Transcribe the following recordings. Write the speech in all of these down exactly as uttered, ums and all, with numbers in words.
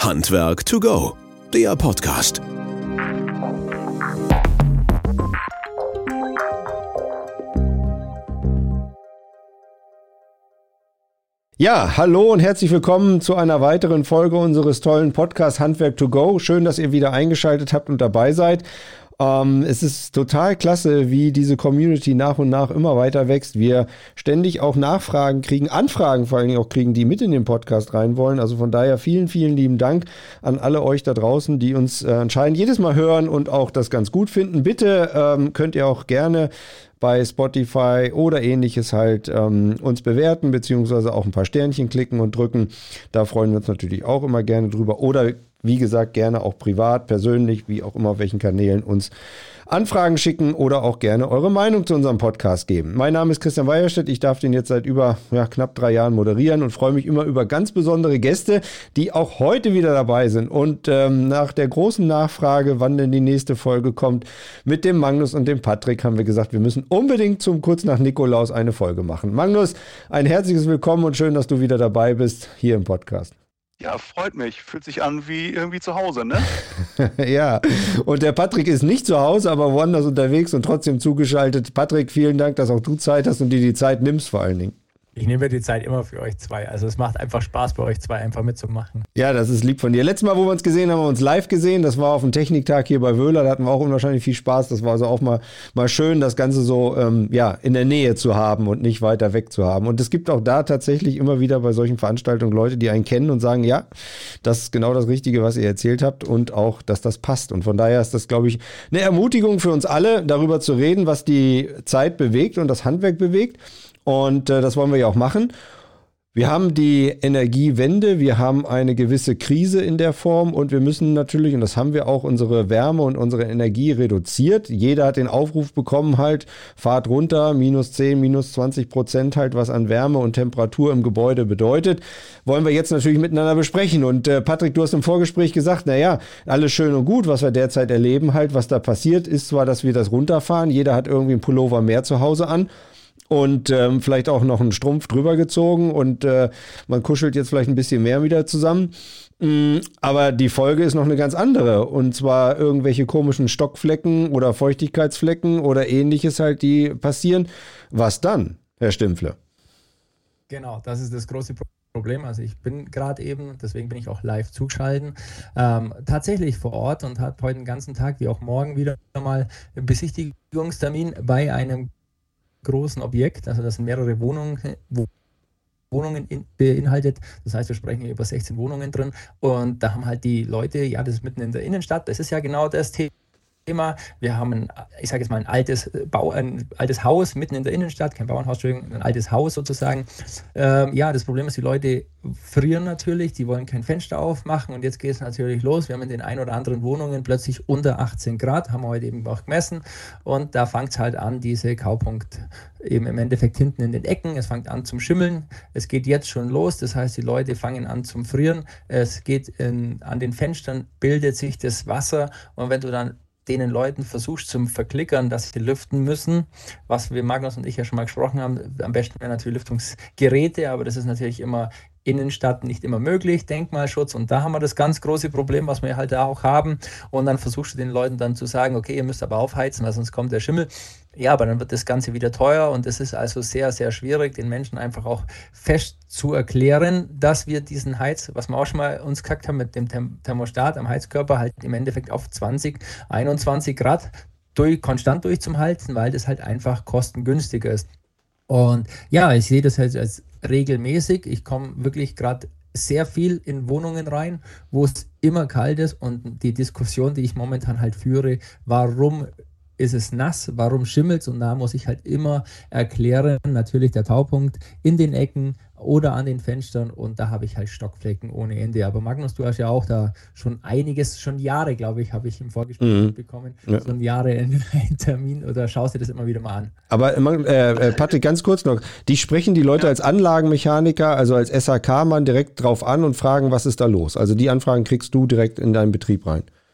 Handwerk to go, der Podcast. Ja, hallo und herzlich willkommen zu einer weiteren Folge unseres tollen Podcasts Handwerk to go. Schön, dass ihr wieder eingeschaltet habt und dabei seid. Ähm, es ist total klasse, wie diese Community nach und nach immer weiter wächst. Wir ständig auch Nachfragen kriegen, Anfragen vor allen Dingen auch kriegen, die mit in den Podcast rein wollen. Also von daher vielen, vielen lieben Dank an alle euch da draußen, die uns äh, anscheinend jedes Mal hören und auch das ganz gut finden. Bitte ähm, könnt ihr auch gerne bei Spotify oder ähnliches halt ähm, uns bewerten, beziehungsweise auch ein paar Sternchen klicken und drücken. Da freuen wir uns natürlich auch immer gerne drüber. Oder wie gesagt, gerne auch privat, persönlich, wie auch immer, auf welchen Kanälen uns Anfragen schicken oder auch gerne eure Meinung zu unserem Podcast geben. Mein Name ist Christian Weierstedt, ich darf den jetzt seit über ja, knapp drei Jahren moderieren und freue mich immer über ganz besondere Gäste, die auch heute wieder dabei sind. Und ähm, nach der großen Nachfrage, wann denn die nächste Folge kommt, mit dem Magnus und dem Patrick haben wir gesagt, wir müssen unbedingt zum kurz nach Nikolaus eine Folge machen. Magnus, ein herzliches Willkommen und schön, dass du wieder dabei bist hier im Podcast. Ja, freut mich. Fühlt sich an wie irgendwie zu Hause, ne? Ja, und der Patrick ist nicht zu Hause, aber woanders unterwegs und trotzdem zugeschaltet. Patrick, vielen Dank, dass auch du Zeit hast und dir die Zeit nimmst vor allen Dingen. Ich nehme die Zeit immer für euch zwei. Also es macht einfach Spaß, bei euch zwei einfach mitzumachen. Ja, das ist lieb von dir. Letztes Mal, wo wir uns gesehen haben, haben wir uns live gesehen. Das war auf dem Techniktag hier bei Wöhler. Da hatten wir auch unwahrscheinlich viel Spaß. Das war also auch mal, mal schön, das Ganze so ähm, ja, in der Nähe zu haben und nicht weiter weg zu haben. Und es gibt auch da tatsächlich immer wieder bei solchen Veranstaltungen Leute, die einen kennen und sagen, ja, das ist genau das Richtige, was ihr erzählt habt und auch, dass das passt. Und von daher ist das, glaube ich, eine Ermutigung für uns alle, darüber zu reden, was die Zeit bewegt und das Handwerk bewegt. Und äh, das wollen wir ja auch machen. Wir haben die Energiewende, wir haben eine gewisse Krise in der Form und wir müssen natürlich, und das haben wir auch, unsere Wärme und unsere Energie reduziert. Jeder hat den Aufruf bekommen halt, fahrt runter, minus zehn, minus zwanzig Prozent halt, was an Wärme und Temperatur im Gebäude bedeutet. Wollen wir jetzt natürlich miteinander besprechen. Und äh, Patrick, du hast im Vorgespräch gesagt, naja, alles schön und gut, was wir derzeit erleben halt, was da passiert, ist zwar, dass wir das runterfahren, jeder hat irgendwie einen Pullover mehr zu Hause an. Und ähm, vielleicht auch noch einen Strumpf drüber gezogen und äh, man kuschelt jetzt vielleicht ein bisschen mehr wieder zusammen. Mm, aber die Folge ist noch eine ganz andere. Und zwar irgendwelche komischen Stockflecken oder Feuchtigkeitsflecken oder ähnliches halt, die passieren. Was dann, Herr Stimpfle? Genau, das ist das große Problem. Also ich bin gerade eben, deswegen bin ich auch live zugeschaltet, ähm, tatsächlich vor Ort und habe heute den ganzen Tag, wie auch morgen wieder mal, einen Besichtigungstermin bei einem großen Objekt, also das sind mehrere Wohnungen, Wohnungen in, beinhaltet. Das heißt, wir sprechen hier über sechzehn Wohnungen drin und da haben halt die Leute, ja, das ist mitten in der Innenstadt, das ist ja genau das Thema. Wir haben, ein, ich sage jetzt mal, ein altes, Bau, ein altes Haus mitten in der Innenstadt, kein Bauernhaus, Entschuldigung, ein altes Haus sozusagen. Ähm, ja, das Problem ist, die Leute frieren natürlich, die wollen kein Fenster aufmachen und jetzt geht es natürlich los. Wir haben in den ein oder anderen Wohnungen plötzlich unter achtzehn Grad, haben wir heute eben auch gemessen und da fängt es halt an, diese Kaupunkt eben im Endeffekt hinten in den Ecken, es fängt an zum Schimmeln, es geht jetzt schon los, das heißt, die Leute fangen an zum Frieren, es geht in, an den Fenstern, bildet sich das Wasser und wenn du dann denen Leuten versuchst zum Verklickern, dass sie lüften müssen, was wir Magnus und ich ja schon mal gesprochen haben, am besten wären natürlich Lüftungsgeräte, aber das ist natürlich immer Innenstadt nicht immer möglich, Denkmalschutz und da haben wir das ganz große Problem, was wir halt da auch haben und dann versuchst du den Leuten dann zu sagen, okay, ihr müsst aber aufheizen, weil sonst kommt der Schimmel. Ja, aber dann wird das Ganze wieder teuer und es ist also sehr, sehr schwierig, den Menschen einfach auch fest zu erklären, dass wir diesen Heiz, was wir auch schon mal uns gekackt haben mit dem Thermostat am Heizkörper, halt im Endeffekt auf zwanzig, einundzwanzig Grad durch, konstant durchzuhalten, weil das halt einfach kostengünstiger ist. Und ja, ich sehe das halt als regelmäßig. Ich komme wirklich gerade sehr viel in Wohnungen rein, wo es immer kalt ist und die Diskussion, die ich momentan halt führe, warum ist es nass, warum schimmelt es? Und da muss ich halt immer erklären, natürlich der Taupunkt in den Ecken oder an den Fenstern und da habe ich halt Stockflecken ohne Ende. Aber Magnus, du hast ja auch da schon einiges, schon Jahre, glaube ich, habe ich im Vorgespräch mhm. bekommen, ja. schon Jahre einen Termin oder schaust dir das immer wieder mal an. Aber äh, Patrick, ganz kurz noch, die sprechen die Leute ja. als Anlagenmechaniker, also als S H K-Mann direkt drauf an und fragen, was ist da los? Also die Anfragen kriegst du direkt in deinen Betrieb rein.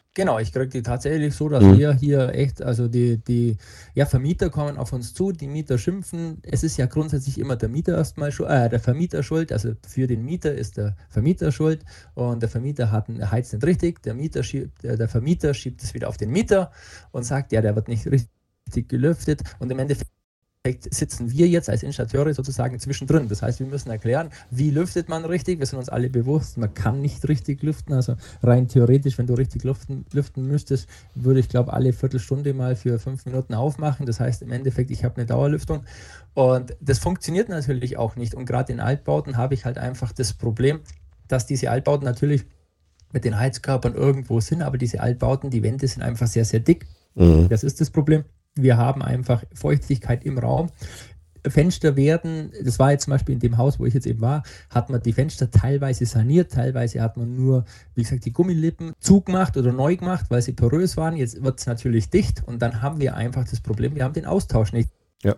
Genau, ich kriege die tatsächlich so, dass Mhm. wir hier echt, also die, die ja, Vermieter kommen auf uns zu, die Mieter schimpfen. Es ist ja grundsätzlich immer der Mieter erstmal schuld, äh, der Vermieter schuld. Also für den Mieter ist der Vermieter schuld und der Vermieter hat, heizt nicht richtig. Der Mieter schiebt, der, der Vermieter schiebt es wieder auf den Mieter und sagt, ja, der wird nicht richtig gelüftet. Und im Endeffekt sitzen wir jetzt als Installateure sozusagen zwischendrin. Das heißt, wir müssen erklären, wie lüftet man richtig. Wir sind uns alle bewusst, man kann nicht richtig lüften. Also rein theoretisch, wenn du richtig lüften, lüften müsstest, würde ich glaube alle Viertelstunde mal für fünf Minuten aufmachen. Das heißt im Endeffekt, ich habe eine Dauerlüftung und das funktioniert natürlich auch nicht. Und gerade in Altbauten habe ich halt einfach das Problem, dass diese Altbauten natürlich mit den Heizkörpern irgendwo sind, aber diese Altbauten, die Wände sind einfach sehr, sehr dick. Mhm. Das ist das Problem. Wir haben einfach Feuchtigkeit im Raum. Fenster werden, das war jetzt zum Beispiel in dem Haus, wo ich jetzt eben war, hat man die Fenster teilweise saniert, teilweise hat man nur, wie gesagt, die Gummilippen zugemacht oder neu gemacht, weil sie porös waren. Jetzt wird es natürlich dicht und dann haben wir einfach das Problem, wir haben den Austausch nicht. Ja.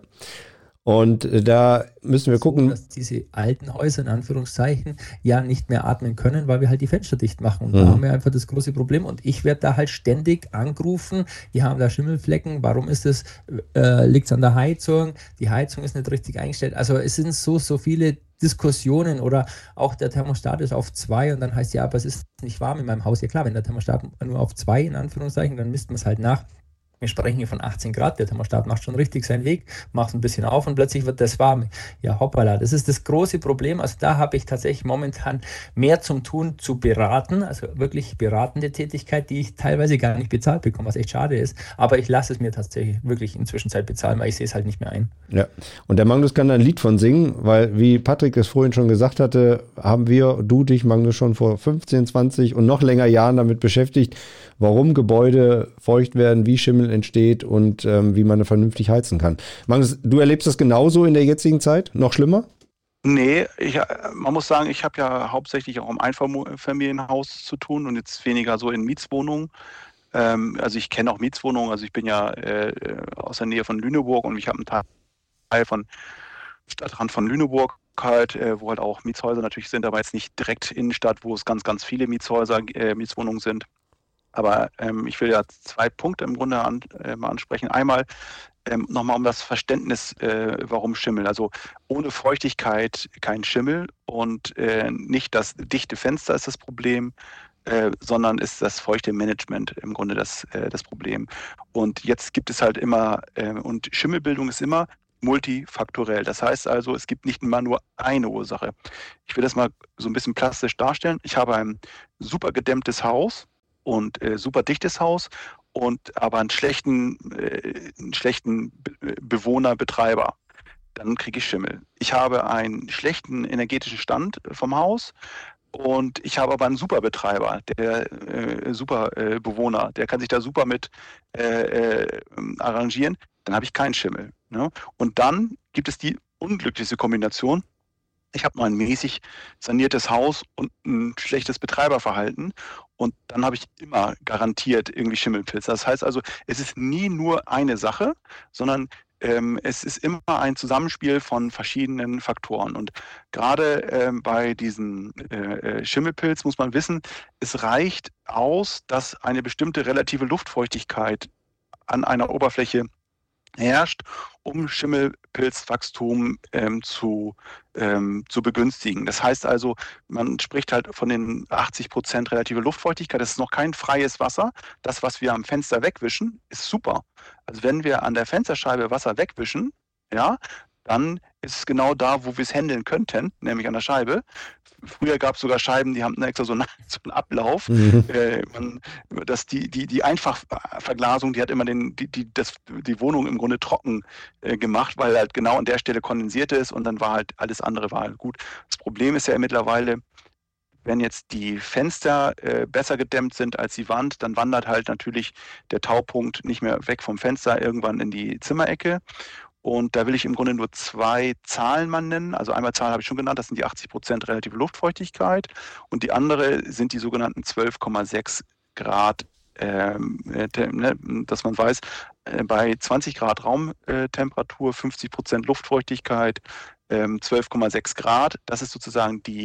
Und äh, da müssen wir So, gucken. dass diese alten Häuser in Anführungszeichen ja nicht mehr atmen können, weil wir halt die Fenster dicht machen. Und Mhm. da haben wir einfach das große Problem. Und ich werde da halt ständig angerufen, die haben da Schimmelflecken, warum ist das, äh, liegt es an der Heizung, die Heizung ist nicht richtig eingestellt. Also es sind so, so viele Diskussionen oder auch der Thermostat ist auf zwei und dann heißt ja, aber es ist nicht warm in meinem Haus. Ja klar, wenn der Thermostat nur auf zwei in Anführungszeichen, dann misst man es halt nach. Wir sprechen hier von achtzehn Grad, der Thermostat macht schon richtig seinen Weg, macht ein bisschen auf und plötzlich wird das warm. Ja, hoppala, das ist das große Problem. Also da habe ich tatsächlich momentan mehr zum Tun, zu beraten, also wirklich beratende Tätigkeit, die ich teilweise gar nicht bezahlt bekomme, was echt schade ist. Aber ich lasse es mir tatsächlich wirklich inzwischen Zeit bezahlen, weil ich sehe es halt nicht mehr ein. Ja, und der Magnus kann da ein Lied von singen, weil, wie Patrick es vorhin schon gesagt hatte, haben wir, du dich, Magnus, schon vor fünfzehn, zwanzig und noch länger Jahren damit beschäftigt, warum Gebäude feucht werden, wie Schimmel entsteht und ähm, wie man vernünftig heizen kann. Magnus, du erlebst das genauso in der jetzigen Zeit? Noch schlimmer? Nee, ich, äh, man muss sagen, ich habe ja hauptsächlich auch im Einfamilienhaus zu tun und jetzt weniger so in Mietswohnungen. Ähm, also ich kenne auch Mietswohnungen, also ich bin ja äh, aus der Nähe von Lüneburg und ich habe einen Teil von Stadtrand von Lüneburg halt, äh, wo halt auch Mietshäuser natürlich sind, aber jetzt nicht direkt Innenstadt, wo es ganz, ganz viele Mietshäuser, äh, Mietswohnungen sind. Aber ähm, ich will ja zwei Punkte im Grunde an, äh, mal ansprechen. Einmal ähm, nochmal um das Verständnis, äh, warum Schimmel. Also ohne Feuchtigkeit kein Schimmel und äh, nicht das dichte Fenster ist das Problem, äh, sondern ist das feuchte Management im Grunde das, äh, das Problem. Und jetzt gibt es halt immer, äh, und Schimmelbildung ist immer multifaktorell. Das heißt also, es gibt nicht immer nur eine Ursache. Ich will das mal so ein bisschen plastisch darstellen. Ich habe ein super gedämmtes Haus und äh, super dichtes Haus und aber einen schlechten, äh, einen schlechten Be Bewohner, Betreiber. Dann kriege ich Schimmel. Ich habe einen schlechten energetischen Stand vom Haus und ich habe aber einen super Betreiber, der äh, super äh, Bewohner, der kann sich da super mit äh, äh, arrangieren. Dann habe ich keinen Schimmel. Ne? Und dann gibt es die unglücklichste Kombination. Ich habe nur ein mäßig saniertes Haus und ein schlechtes Betreiberverhalten und dann habe ich immer garantiert irgendwie Schimmelpilze. Das heißt also, es ist nie nur eine Sache, sondern ähm, es ist immer ein Zusammenspiel von verschiedenen Faktoren. Und gerade ähm, bei diesem äh, Schimmelpilz muss man wissen, es reicht aus, dass eine bestimmte relative Luftfeuchtigkeit an einer Oberfläche herrscht, um Schimmelpilzwachstum ähm, zu, ähm, zu begünstigen. Das heißt also, man spricht halt von den achtzig Prozent relative Luftfeuchtigkeit. Das ist noch kein freies Wasser. Das, was wir am Fenster wegwischen, ist super. Also wenn wir an der Fensterscheibe Wasser wegwischen, ja, dann ist es genau da, wo wir es handeln könnten, nämlich an der Scheibe. Früher gab es sogar Scheiben, die haben extra so einen, so einen Ablauf. Mhm. Äh, man, das, die, die, die Einfachverglasung, die hat immer den, die, die, das, die Wohnung im Grunde trocken äh, gemacht, weil halt genau an der Stelle kondensiert ist und dann war halt alles andere war halt gut. Das Problem ist ja mittlerweile, wenn jetzt die Fenster äh, besser gedämmt sind als die Wand, dann wandert halt natürlich der Taupunkt nicht mehr weg vom Fenster irgendwann in die Zimmerecke. Und da will ich im Grunde nur zwei Zahlen mal nennen. Also einmal Zahlen habe ich schon genannt, das sind die achtzig Prozent relative Luftfeuchtigkeit. Und die andere sind die sogenannten zwölf Komma sechs Grad, ähm, äh, ne, dass man weiß, äh, bei zwanzig Grad Raumtemperatur, fünfzig Prozent Luftfeuchtigkeit, ähm, zwölf Komma sechs Grad. Das ist sozusagen die,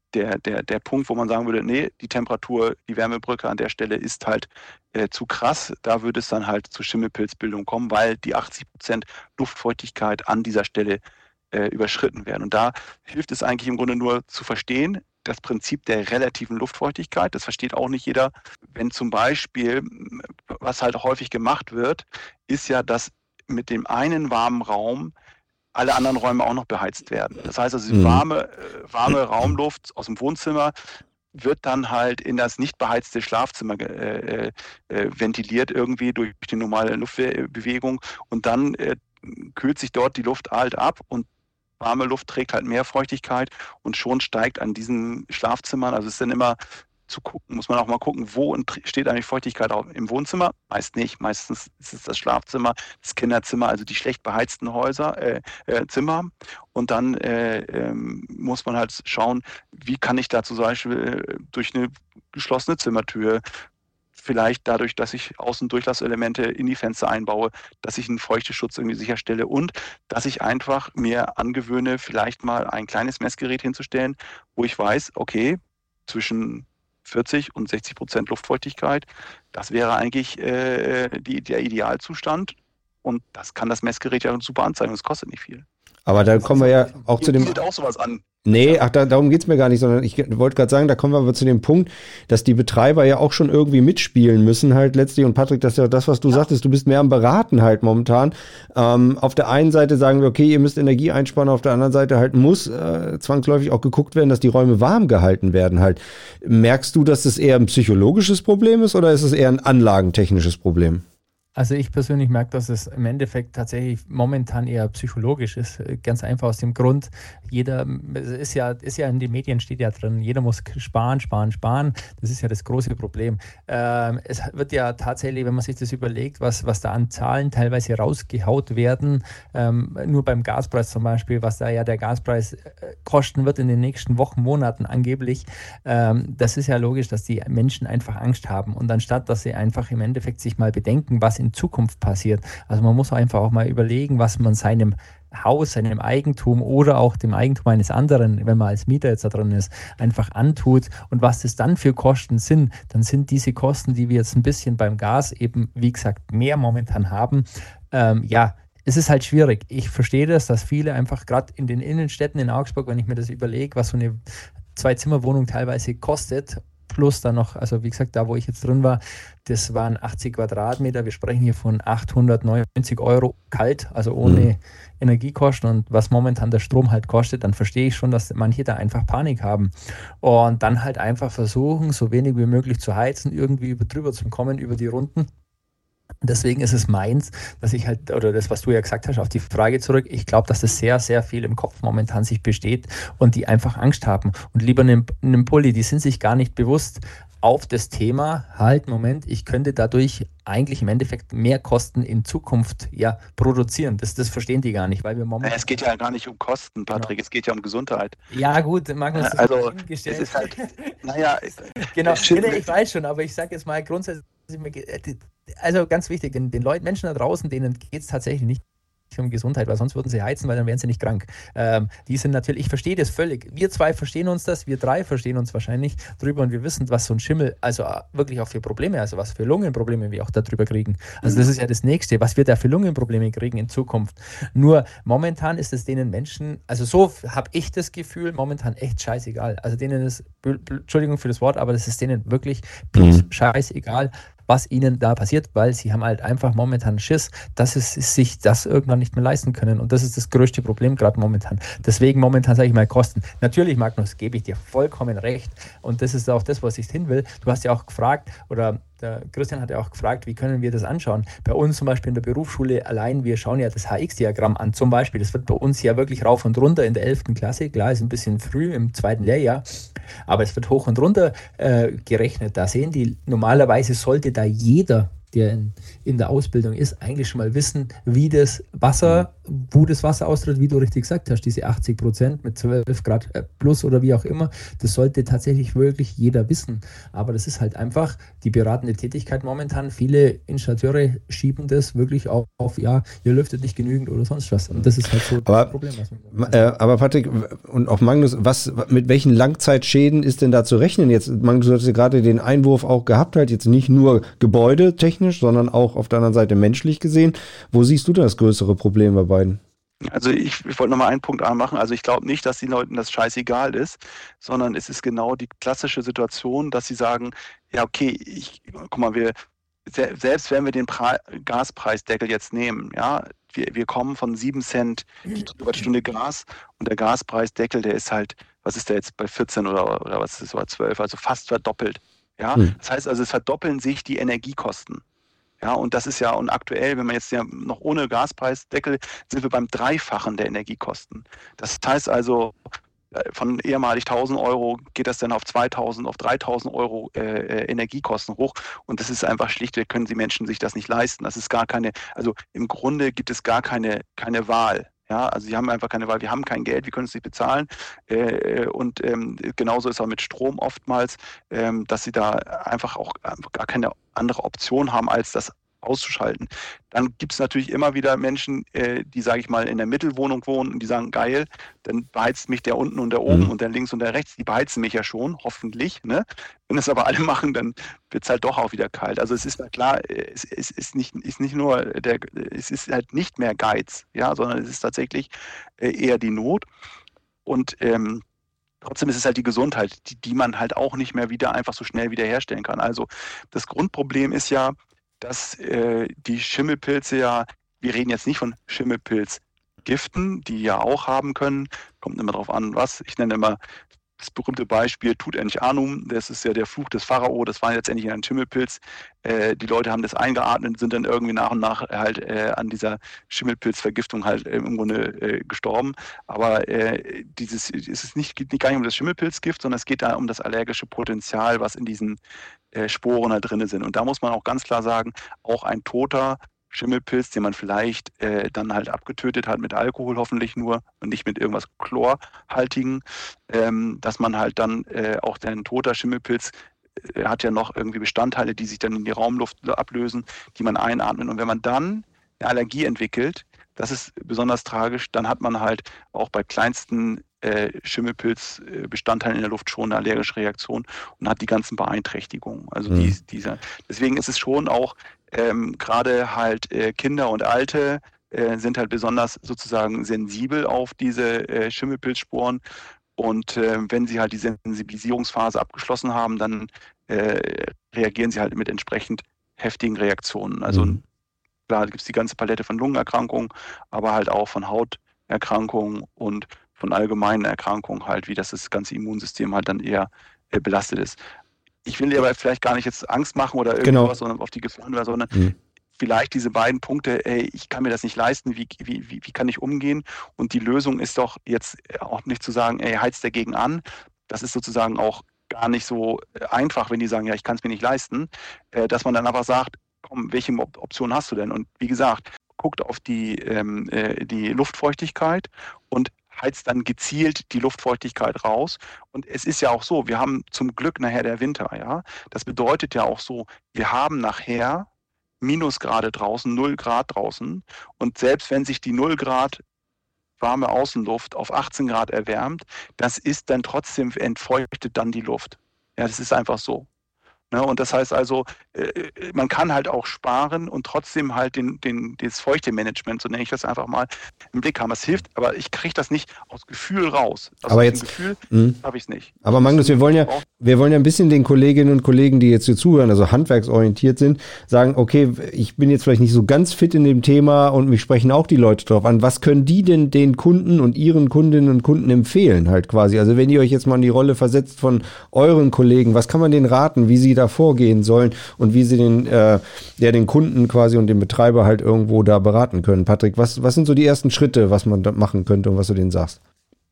der, der, der Punkt, wo man sagen würde, nee, die Temperatur, die Wärmebrücke an der Stelle ist halt äh, zu krass. Da würde es dann halt zu Schimmelpilzbildung kommen, weil die achtzig Prozent Luftfeuchtigkeit an dieser Stelle äh, überschritten werden. Und da hilft es eigentlich im Grunde nur zu verstehen, das Prinzip der relativen Luftfeuchtigkeit. Das versteht auch nicht jeder. Wenn zum Beispiel, was halt häufig gemacht wird, ist ja, dass mit dem einen warmen Raum alle anderen Räume auch noch beheizt werden. Das heißt also, die warme, warme Raumluft aus dem Wohnzimmer wird dann halt in das nicht beheizte Schlafzimmer äh, äh, ventiliert irgendwie durch die normale Luftbewegung und dann äh, kühlt sich dort die Luft halt ab und warme Luft trägt halt mehr Feuchtigkeit und schon steigt an diesen Schlafzimmern, also es ist dann immer zu gucken, muss man auch mal gucken, wo steht eigentlich Feuchtigkeit auch im Wohnzimmer? Meist nicht, meistens ist es das Schlafzimmer, das Kinderzimmer, also die schlecht beheizten Häuser, äh, äh, Zimmer. Und dann äh, ähm, muss man halt schauen, wie kann ich da zum Beispiel äh, durch eine geschlossene Zimmertür, vielleicht dadurch, dass ich Außendurchlasselemente in die Fenster einbaue, dass ich einen Feuchteschutz irgendwie sicherstelle und dass ich einfach mir angewöhne, vielleicht mal ein kleines Messgerät hinzustellen, wo ich weiß, okay, zwischen vierzig und sechzig Prozent Luftfeuchtigkeit. Das wäre eigentlich äh, die, der Idealzustand und das kann das Messgerät ja super anzeigen. Das kostet nicht viel. Aber da kommen wir ja auch zu dem... Bietet auch sowas an. Nee, ach, da, darum geht's mir gar nicht, sondern ich wollte gerade sagen, da kommen wir aber zu dem Punkt, dass die Betreiber ja auch schon irgendwie mitspielen müssen halt letztlich. Und Patrick, das ist ja das, was du ja. sagtest, du bist mehr am Beraten halt momentan. Ähm, auf der einen Seite sagen wir, okay, ihr müsst Energie einsparen, auf der anderen Seite halt muss äh, zwangsläufig auch geguckt werden, dass die Räume warm gehalten werden halt. Merkst du, dass das eher ein psychologisches Problem ist oder ist es eher ein anlagentechnisches Problem? Also ich persönlich merke, dass es im Endeffekt tatsächlich momentan eher psychologisch ist. Ganz einfach aus dem Grund, jeder, es ist ja, ist ja in den Medien steht ja drin, jeder muss sparen, sparen, sparen. Das ist ja das große Problem. Ähm, es wird ja tatsächlich, wenn man sich das überlegt, was, was da an Zahlen teilweise rausgehaut werden, ähm, nur beim Gaspreis zum Beispiel, was da ja der Gaspreis kosten wird in den nächsten Wochen, Monaten angeblich, ähm, das ist ja logisch, dass die Menschen einfach Angst haben. Und anstatt, dass sie einfach im Endeffekt sich mal bedenken, was in Zukunft passiert. Also man muss einfach auch mal überlegen, was man seinem Haus, seinem Eigentum oder auch dem Eigentum eines anderen, wenn man als Mieter jetzt da drin ist, einfach antut und was das dann für Kosten sind, dann sind diese Kosten, die wir jetzt ein bisschen beim Gas eben, wie gesagt, mehr momentan haben, ähm, ja, es ist halt schwierig. Ich verstehe das, dass viele einfach gerade in den Innenstädten in Augsburg, wenn ich mir das überlege, was so eine Zwei-Zimmer-Wohnung teilweise kostet, plus dann noch, also wie gesagt, da wo ich jetzt drin war, das waren achtzig Quadratmeter, wir sprechen hier von achthundertneunzig Euro kalt, also ohne mhm. Energiekosten und was momentan der Strom halt kostet, dann verstehe ich schon, dass manche da einfach Panik haben und dann halt einfach versuchen, so wenig wie möglich zu heizen, irgendwie über, drüber zu kommen über die Runden. Deswegen ist es meins, dass ich halt, oder das, was du ja gesagt hast, auf die Frage zurück, ich glaube, dass das sehr, sehr viel im Kopf momentan sich besteht und die einfach Angst haben und lieber einen, einen Pulli, die sind sich gar nicht bewusst auf das Thema, halt, Moment, ich könnte dadurch eigentlich im Endeffekt mehr Kosten in Zukunft ja produzieren. Das, das verstehen die gar nicht, weil wir momentan... Es geht ja gar nicht um Kosten, Patrick, genau. Es geht ja um Gesundheit. Ja gut, Magnus, das also, es ist halt, naja... genau, genau, ich weiß schon, aber ich sage jetzt mal grundsätzlich, also ganz wichtig, den, den Leuten, Menschen da draußen, denen geht es tatsächlich nicht um Gesundheit, weil sonst würden sie heizen, weil dann wären sie nicht krank. Ähm, die sind natürlich, ich verstehe das völlig. Wir zwei verstehen uns das, wir drei verstehen uns wahrscheinlich drüber und wir wissen, was so ein Schimmel, also wirklich auch für Probleme, also was für Lungenprobleme wir auch darüber kriegen. Also das ist ja das Nächste, was wir da für Lungenprobleme kriegen in Zukunft. Nur momentan ist es denen Menschen, also so habe ich das Gefühl, momentan echt scheißegal. Also denen ist, Entschuldigung für das Wort, aber das ist denen wirklich mhm. scheißegal, was ihnen da passiert, weil sie haben halt einfach momentan Schiss, dass es sich das irgendwann nicht mehr leisten können. Und das ist das größte Problem gerade momentan. Deswegen momentan sage ich mal Kosten. Natürlich, Magnus, gebe ich dir vollkommen recht. Und das ist auch das, was ich hin will. Du hast ja auch gefragt, oder der Christian hat ja auch gefragt, wie können wir das anschauen? Bei uns zum Beispiel in der Berufsschule allein, wir schauen ja das H X-Diagramm an. Zum Beispiel, das wird bei uns ja wirklich rauf und runter in der elften Klasse. Klar, ist ein bisschen früh im zweiten Lehrjahr, aber es wird hoch und runter äh, gerechnet. Da sehen die, normalerweise sollte da jeder, der in, in der Ausbildung ist, eigentlich schon mal wissen, wie das Wasser wo das Wasser austritt, wie du richtig gesagt hast, diese achtzig Prozent mit zwölf Grad plus oder wie auch immer, das sollte tatsächlich wirklich jeder wissen. Aber das ist halt einfach die beratende Tätigkeit momentan. Viele Installateure schieben das wirklich auf, auf ja, ihr lüftet nicht genügend oder sonst was. Und das ist halt so aber, das Problem. Was man äh, aber Patrick und auch Magnus, was, mit welchen Langzeitschäden ist denn da zu rechnen? Jetzt, Magnus, du hast ja gerade den Einwurf auch gehabt, halt jetzt nicht nur gebäudetechnisch, sondern auch auf der anderen Seite menschlich gesehen. Wo siehst du das größere Problem bei beiden? Also ich, ich wollte nochmal einen Punkt anmachen. Also ich glaube nicht, dass den Leuten das scheißegal ist, sondern es ist genau die klassische Situation, dass sie sagen, ja okay, ich, guck mal, wir selbst wenn wir den Pre- Gaspreisdeckel jetzt nehmen, ja, wir, wir kommen von sieben Cent die Kilowattstunde Gas und der Gaspreisdeckel, der ist halt, was ist der jetzt bei vierzehn oder, oder was ist das, oder zwölf, also fast verdoppelt. Ja, hm. Das heißt also, es verdoppeln sich die Energiekosten. Ja, und das ist ja, und aktuell, wenn man jetzt ja noch ohne Gaspreisdeckel, sind wir beim Dreifachen der Energiekosten. Das heißt also, von ehemalig tausend Euro geht das dann auf zweitausend, auf dreitausend Euro äh, Energiekosten hoch. Und das ist einfach schlichtweg, können die Menschen sich das nicht leisten. Das ist gar keine, also im Grunde gibt es gar keine, keine Wahl. Ja, also sie haben einfach keine Wahl, wir haben kein Geld, wir können es nicht bezahlen. Äh, und ähm, genauso ist es auch mit Strom oftmals, ähm, dass sie da einfach auch gar keine andere Option haben, als das auszuschalten. Dann gibt es natürlich immer wieder Menschen, äh, die, sage ich mal, in der Mittelwohnung wohnen und die sagen, geil, dann beheizt mich der unten und der oben mhm. und der links und der rechts, die beheizen mich ja schon, hoffentlich. Ne? Wenn es aber alle machen, dann wird es halt doch auch wieder kalt. Also es ist ja klar, es, es ist, nicht, ist nicht nur der, es ist halt nicht mehr Geiz, ja, sondern es ist tatsächlich äh, eher die Not. Und ähm, trotzdem ist es halt die Gesundheit, die, die man halt auch nicht mehr wieder einfach so schnell wiederherstellen kann. Also das Grundproblem ist ja, dass äh, die Schimmelpilze ja, wir reden jetzt nicht von Schimmelpilzgiften, die ja auch haben können, kommt immer drauf an, was. Ich nenne immer das berühmte Beispiel Tutanchamun, das ist ja der Fluch des Pharao, das war letztendlich ein Schimmelpilz. Äh, die Leute haben das eingeatmet, sind dann irgendwie nach und nach halt äh, an dieser Schimmelpilzvergiftung halt äh, im Grunde äh, gestorben. Aber äh, dieses, es ist nicht, geht nicht gar nicht um das Schimmelpilzgift, sondern es geht da um das allergische Potenzial, was in diesen äh, Sporen da drin sind. Und da muss man auch ganz klar sagen, auch ein toter Schimmelpilz, den man vielleicht äh, dann halt abgetötet hat mit Alkohol hoffentlich nur und nicht mit irgendwas Chlorhaltigen, ähm, dass man halt dann äh, auch ein toter Schimmelpilz äh, hat ja noch irgendwie Bestandteile, die sich dann in die Raumluft ablösen, die man einatmet. Und wenn man dann eine Allergie entwickelt, das ist besonders tragisch, dann hat man halt auch bei kleinsten äh, Schimmelpilzbestandteilen in der Luft schon eine allergische Reaktion und hat die ganzen Beeinträchtigungen. Also mhm. die, dieser, deswegen ist es schon auch ähm, gerade halt äh, Kinder und Alte äh, sind halt besonders sozusagen sensibel auf diese äh, Schimmelpilzsporen. Und äh, wenn sie halt die Sensibilisierungsphase abgeschlossen haben, dann äh, reagieren sie halt mit entsprechend heftigen Reaktionen. Also mhm. klar, da gibt es die ganze Palette von Lungenerkrankungen, aber halt auch von Hauterkrankungen und von allgemeinen Erkrankungen halt, wie das das ganze Immunsystem halt dann eher äh, belastet ist. Ich will dir aber vielleicht gar nicht jetzt Angst machen oder irgendwas, genau. sondern auf die Gefahren, sondern mhm. vielleicht diese beiden Punkte, ey, ich kann mir das nicht leisten, wie, wie, wie, wie kann ich umgehen? Und die Lösung ist doch jetzt auch nicht zu sagen, ey, heiz dagegen an. Das ist sozusagen auch gar nicht so einfach, wenn die sagen, ja, ich kann es mir nicht leisten, äh, dass man dann einfach sagt, komm, welche Option hast du denn? Und wie gesagt, guckt auf die, ähm, äh, die Luftfeuchtigkeit und heizt dann gezielt die Luftfeuchtigkeit raus. Und es ist ja auch so, wir haben zum Glück nachher der Winter, ja. Das bedeutet ja auch so, wir haben nachher Minusgrade draußen, null Grad draußen. Und selbst wenn sich die null Grad warme Außenluft auf achtzehn Grad erwärmt, das ist dann trotzdem, entfeuchtet dann die Luft. Ja, das ist einfach so. Ne, und das heißt also, äh, man kann halt auch sparen und trotzdem halt den, den, das Feuchtemanagement, so nenne ich das einfach mal, im Blick haben. Es hilft, aber ich kriege das nicht aus Gefühl raus. Also aber aus jetzt, dem Gefühl habe ich es nicht. Aber Magnus, wir wollen ja, wir wollen ja ein bisschen den Kolleginnen und Kollegen, die jetzt hier zuhören, also handwerksorientiert sind, sagen, okay, ich bin jetzt vielleicht nicht so ganz fit in dem Thema und mich sprechen auch die Leute drauf an. Was können die denn den Kunden und ihren Kundinnen und Kunden empfehlen halt quasi? Also wenn ihr euch jetzt mal in die Rolle versetzt von euren Kollegen, was kann man denen raten, wie sie da vorgehen sollen und wie sie den, äh, ja, den Kunden quasi und den Betreiber halt irgendwo da beraten können? Patrick, was, was sind so die ersten Schritte, was man da machen könnte und was du denen sagst?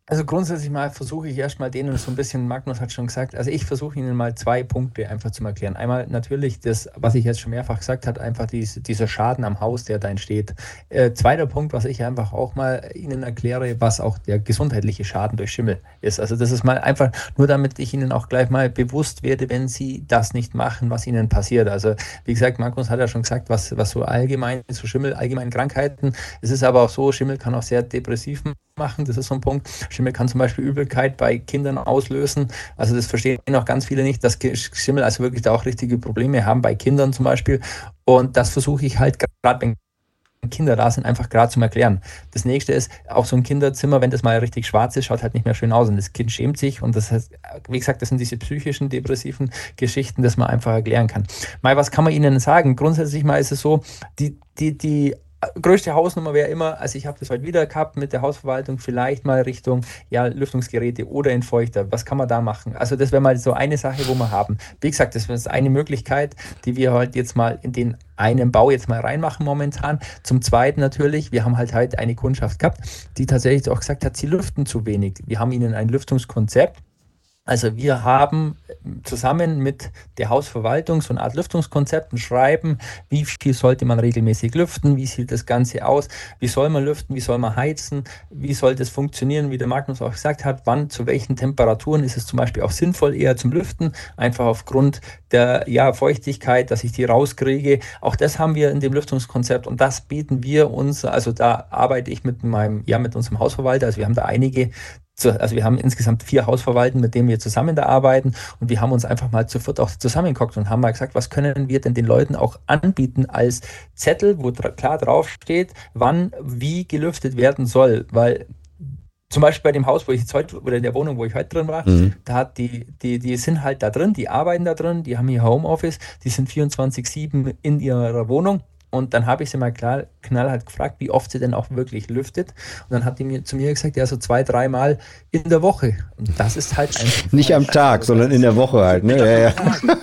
Also grundsätzlich mal versuche ich erstmal denen so ein bisschen, Magnus hat schon gesagt, also ich versuche Ihnen mal zwei Punkte einfach zu erklären. Einmal natürlich das, was ich jetzt schon mehrfach gesagt habe, einfach dies, dieser Schaden am Haus, der da entsteht. Äh, zweiter Punkt, was ich einfach auch mal Ihnen erkläre, was auch der gesundheitliche Schaden durch Schimmel ist. Also das ist mal einfach nur, damit ich Ihnen auch gleich mal bewusst werde, wenn Sie das nicht machen, was Ihnen passiert. Also wie gesagt, Magnus hat ja schon gesagt, was, was so allgemein, so Schimmel, allgemeinen Krankheiten. Es ist aber auch so, Schimmel kann auch sehr depressiv machen, das ist so ein Punkt. Schimmel kann zum Beispiel Übelkeit bei Kindern auslösen. Also das verstehen auch ganz viele nicht, dass Schimmel also wirklich da auch richtige Probleme haben bei Kindern zum Beispiel. Und das versuche ich halt gerade, wenn Kinder da sind, einfach gerade zum Erklären. Das nächste ist, auch so ein Kinderzimmer, wenn das mal richtig schwarz ist, schaut halt nicht mehr schön aus und das Kind schämt sich und das heißt, wie gesagt, das sind diese psychischen, depressiven Geschichten, das man einfach erklären kann. Mal, was kann man Ihnen sagen? Grundsätzlich mal ist es so, die, die, die größte Hausnummer wäre immer, also ich habe das heute wieder gehabt mit der Hausverwaltung, vielleicht mal Richtung ja, Lüftungsgeräte oder Entfeuchter. Was kann man da machen? Also das wäre mal so eine Sache, wo wir haben. Wie gesagt, das ist eine Möglichkeit, die wir halt jetzt mal in den einen Bau jetzt mal reinmachen momentan. Zum Zweiten natürlich, wir haben halt heute eine Kundschaft gehabt, die tatsächlich auch gesagt hat, sie lüften zu wenig. Wir haben ihnen ein Lüftungskonzept. Also wir haben zusammen mit der Hausverwaltung so eine Art Lüftungskonzept, ein Schreiben, wie viel sollte man regelmäßig lüften, wie sieht das Ganze aus, wie soll man lüften, wie soll man heizen, wie soll das funktionieren, wie der Magnus auch gesagt hat, wann, zu welchen Temperaturen ist es zum Beispiel auch sinnvoll eher zum Lüften, einfach aufgrund der ja, Feuchtigkeit, dass ich die rauskriege. Auch das haben wir in dem Lüftungskonzept und das bieten wir uns, also da arbeite ich mit meinem, ja mit unserem Hausverwalter, also wir haben da einige. Also wir haben insgesamt vier Hausverwalten, mit denen wir zusammen da arbeiten und wir haben uns einfach mal zu viert auch zusammengeguckt und haben mal gesagt, was können wir denn den Leuten auch anbieten als Zettel, wo dra- klar draufsteht, wann wie gelüftet werden soll, weil zum Beispiel bei dem Haus, wo ich jetzt heute, oder in der Wohnung, wo ich heute drin war, mhm. da hat die, die, die sind halt da drin, die arbeiten da drin, die haben ihr Homeoffice, die sind vierundzwanzig sieben in ihrer Wohnung. Und dann habe ich sie mal klar, knallhart gefragt, wie oft sie denn auch wirklich lüftet. Und dann hat die mir zu mir gesagt, ja, so zwei, dreimal in der Woche. Und das ist halt einfach. Nicht am Tag, also sondern in der Woche halt, ne? Ja, ja.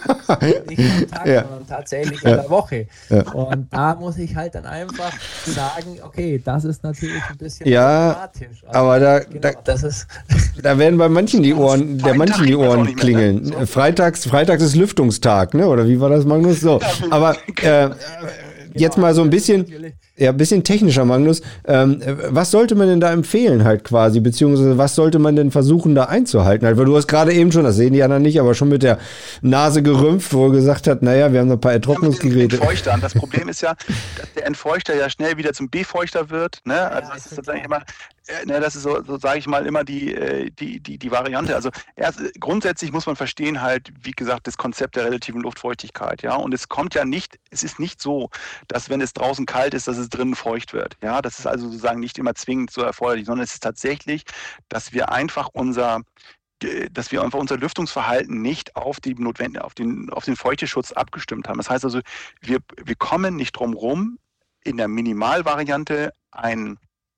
Nicht am Tag, ja. sondern tatsächlich ja. in der Woche. Ja. Und da muss ich halt dann einfach sagen, okay, das ist natürlich ein bisschen ja, problematisch. Also, aber da, genau, da, das ist da werden bei manchen die Ohren, der manchen die Ohren klingeln. Mehr, ne? Freitags, Freitags ist Lüftungstag, ne? Oder wie war das, Magnus? So. Aber äh, jetzt mal so ein bisschen, ja, ein bisschen technischer, Magnus. Ähm, was sollte man denn da empfehlen halt quasi, beziehungsweise was sollte man denn versuchen da einzuhalten halt? Weil du hast gerade eben schon, das sehen die anderen nicht, aber schon mit der Nase gerümpft, wo er gesagt hat, naja, wir haben noch ein paar Ertrocknungsgeräte. Entfeuchtern. Das Problem ist ja, dass der Entfeuchter ja schnell wieder zum Befeuchter wird. Ne? Also das ist sozusagen immer, äh, ne, das ist so, so sage ich mal, immer die, äh, die, die, die Variante. Also erst, grundsätzlich muss man verstehen halt, wie gesagt, das Konzept der relativen Luftfeuchtigkeit. Ja, und es kommt ja nicht, es ist nicht so, dass wenn es draußen kalt ist, dass es drinnen feucht wird. Ja, das ist also sozusagen nicht immer zwingend so erforderlich, sondern es ist tatsächlich, dass wir einfach unser dass wir einfach unser Lüftungsverhalten nicht auf, die notwendig, auf, den, auf den Feuchteschutz abgestimmt haben. Das heißt also, wir, wir kommen nicht drum rum, in der Minimalvariante ein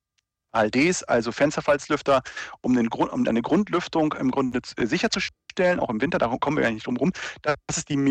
Aldes, also Fensterfalzlüfter, um, den Grund, um eine Grundlüftung im Grunde sicherzustellen, auch im Winter, darum kommen wir ja nicht drum rum. Das ist die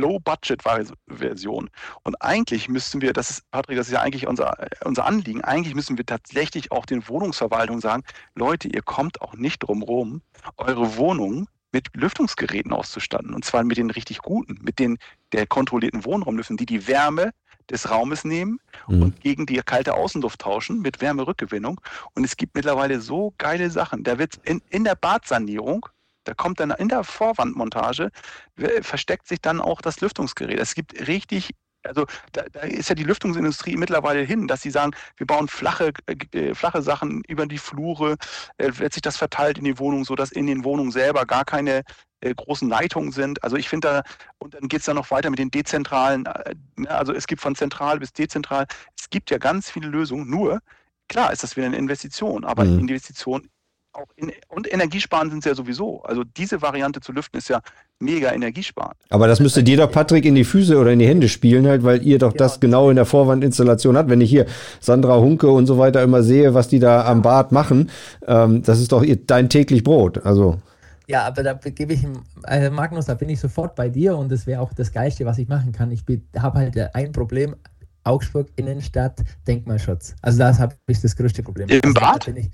Minimal-Low-Budget-Version. Und eigentlich müssten wir, das ist, Patrick, das ist ja eigentlich unser, unser Anliegen, eigentlich müssen wir tatsächlich auch den Wohnungsverwaltungen sagen, Leute, ihr kommt auch nicht drum rum, eure Wohnung mit Lüftungsgeräten auszustatten. Und zwar mit den richtig guten, mit den der kontrollierten Wohnraumlüften, die die Wärme des Raumes nehmen mhm. und gegen die kalte Außenluft tauschen mit Wärmerückgewinnung. Und es gibt mittlerweile so geile Sachen. Da wird in, in der Badsanierung, da kommt dann in der Vorwandmontage, versteckt sich dann auch das Lüftungsgerät. Es gibt richtig, also da, da ist ja die Lüftungsindustrie mittlerweile hin, dass sie sagen, wir bauen flache, äh, flache Sachen über die Flure, äh, wird sich das verteilt in die Wohnung, sodass in den Wohnungen selber gar keine äh, großen Leitungen sind. Also ich finde da, und dann geht es dann noch weiter mit den dezentralen, äh, also es gibt von zentral bis dezentral, es gibt ja ganz viele Lösungen, nur, klar ist das wieder eine Investition, aber mhm. Investition auch in, und energiesparend sind sie ja sowieso. Also diese Variante zu lüften ist ja mega energiesparend. Aber das müsste dir doch, Patrick, in die Füße oder in die Hände spielen halt, weil ihr doch ja, das genau in der Vorwandinstallation habt. Wenn ich hier Sandra Hunke und so weiter immer sehe, was die da am Bad machen, ähm, das ist doch ihr, dein täglich Brot. Also ja, aber da gebe ich ihm, also Magnus, da bin ich sofort bei dir und das wäre auch das Geilste, was ich machen kann. Ich habe halt ein Problem, Augsburg Innenstadt, Denkmalschutz. Also da habe ich das größte Problem. Im also, Bad? Da bin ich,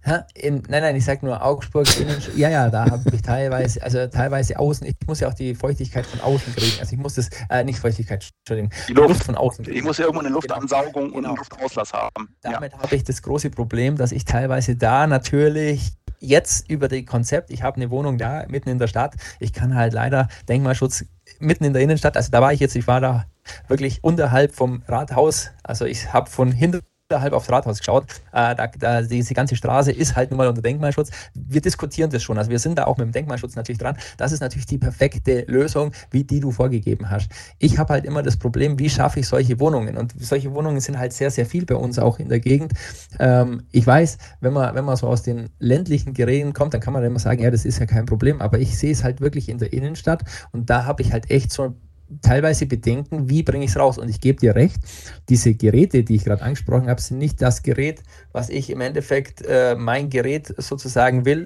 Ha, in, nein, nein, ich sag nur Augsburg, innen, ja, ja, da habe ich teilweise, also teilweise außen, ich muss ja auch die Feuchtigkeit von außen kriegen, also ich muss das, äh, nicht Feuchtigkeit, Entschuldigung, die Luft, Luft von außen kriegen. Ich muss ja irgendwo eine Genau. Luftansaugung und Genau. einen Luftauslass haben. Damit Ja. habe ich das große Problem, dass ich teilweise da natürlich jetzt über das Konzept, ich habe eine Wohnung da, mitten in der Stadt, ich kann halt leider Denkmalschutz mitten in der Innenstadt, also da war ich jetzt, ich war da wirklich unterhalb vom Rathaus, also ich habe von hinten halb aufs Rathaus geschaut, äh, da, da, diese ganze Straße ist halt nun mal unter Denkmalschutz. Wir diskutieren das schon, also wir sind da auch mit dem Denkmalschutz natürlich dran. Das ist natürlich die perfekte Lösung, wie die du vorgegeben hast. Ich habe halt immer das Problem, wie schaffe ich solche Wohnungen? Und solche Wohnungen sind halt sehr, sehr viel bei uns auch in der Gegend. Ähm, ich weiß, wenn man, wenn man so aus den ländlichen Geräten kommt, dann kann man immer sagen, ja, das ist ja kein Problem, aber ich sehe es halt wirklich in der Innenstadt und da habe ich halt echt so teilweise Bedenken, wie bringe ich es raus? Und ich gebe dir recht, diese Geräte, die ich gerade angesprochen habe, sind nicht das Gerät, was ich im Endeffekt äh, mein Gerät sozusagen will,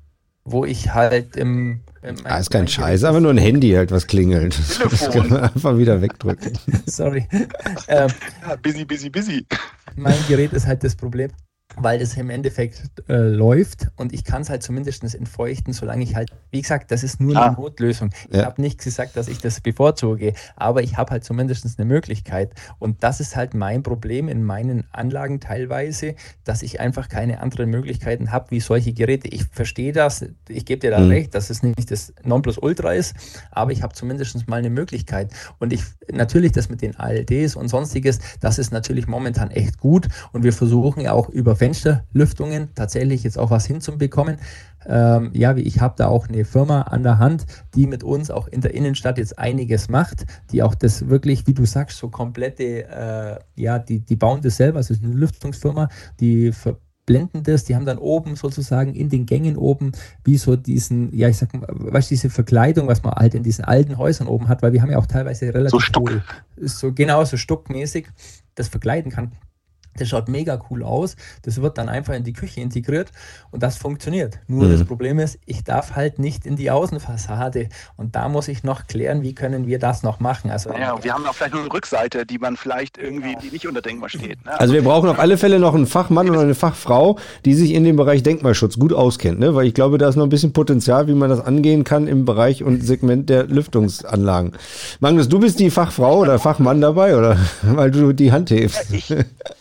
wo ich halt im... im ah, ist kein Scheiß, aber nur ein Handy halt, was klingelt. Das kann man einfach wieder wegdrücken. Sorry. ähm, Ja, busy, busy, busy. mein Gerät ist halt das Problem, weil das im Endeffekt äh, läuft und ich kann es halt zumindest entfeuchten, solange ich halt, wie gesagt, das ist nur Ah. eine Notlösung. Ich Ja. habe nicht gesagt, dass ich das bevorzuge, aber ich habe halt zumindest eine Möglichkeit und das ist halt mein Problem in meinen Anlagen teilweise, dass ich einfach keine anderen Möglichkeiten habe wie solche Geräte. Ich verstehe das, ich gebe dir da Mhm. recht, dass es nicht das Nonplusultra ist, aber ich habe zumindest mal eine Möglichkeit und ich, natürlich das mit den A L Ds und sonstiges, das ist natürlich momentan echt gut und wir versuchen ja auch über Fensterlüftungen tatsächlich jetzt auch was hinzubekommen. Ähm, ja, ich habe da auch eine Firma an der Hand, die mit uns auch in der Innenstadt jetzt einiges macht, die auch das wirklich, wie du sagst, so komplette, äh, ja, die, die bauen das selber, es ist eine Lüftungsfirma, die verblenden das, die haben dann oben sozusagen in den Gängen oben, wie so diesen, ja, ich sag mal, weißt du, diese Verkleidung, was man halt in diesen alten Häusern oben hat, weil wir haben ja auch teilweise relativ So Stuck. cool, so genau so stuckmäßig das verkleiden kann. Das schaut mega cool aus. Das wird dann einfach in die Küche integriert und das funktioniert. Nur Mhm. das Problem ist, ich darf halt nicht in die Außenfassade und da muss ich noch klären, wie können wir das noch machen. Also Ja, wir haben auch vielleicht nur eine Rückseite, die man vielleicht irgendwie, die nicht unter Denkmal steht. Ne? Also wir brauchen auf alle Fälle noch einen Fachmann oder eine Fachfrau, die sich in dem Bereich Denkmalschutz gut auskennt, ne? Weil ich glaube, da ist noch ein bisschen Potenzial, wie man das angehen kann im Bereich und Segment der Lüftungsanlagen. Magnus, du bist die Fachfrau oder Fachmann dabei, oder? Weil du die Hand hebst. Ich,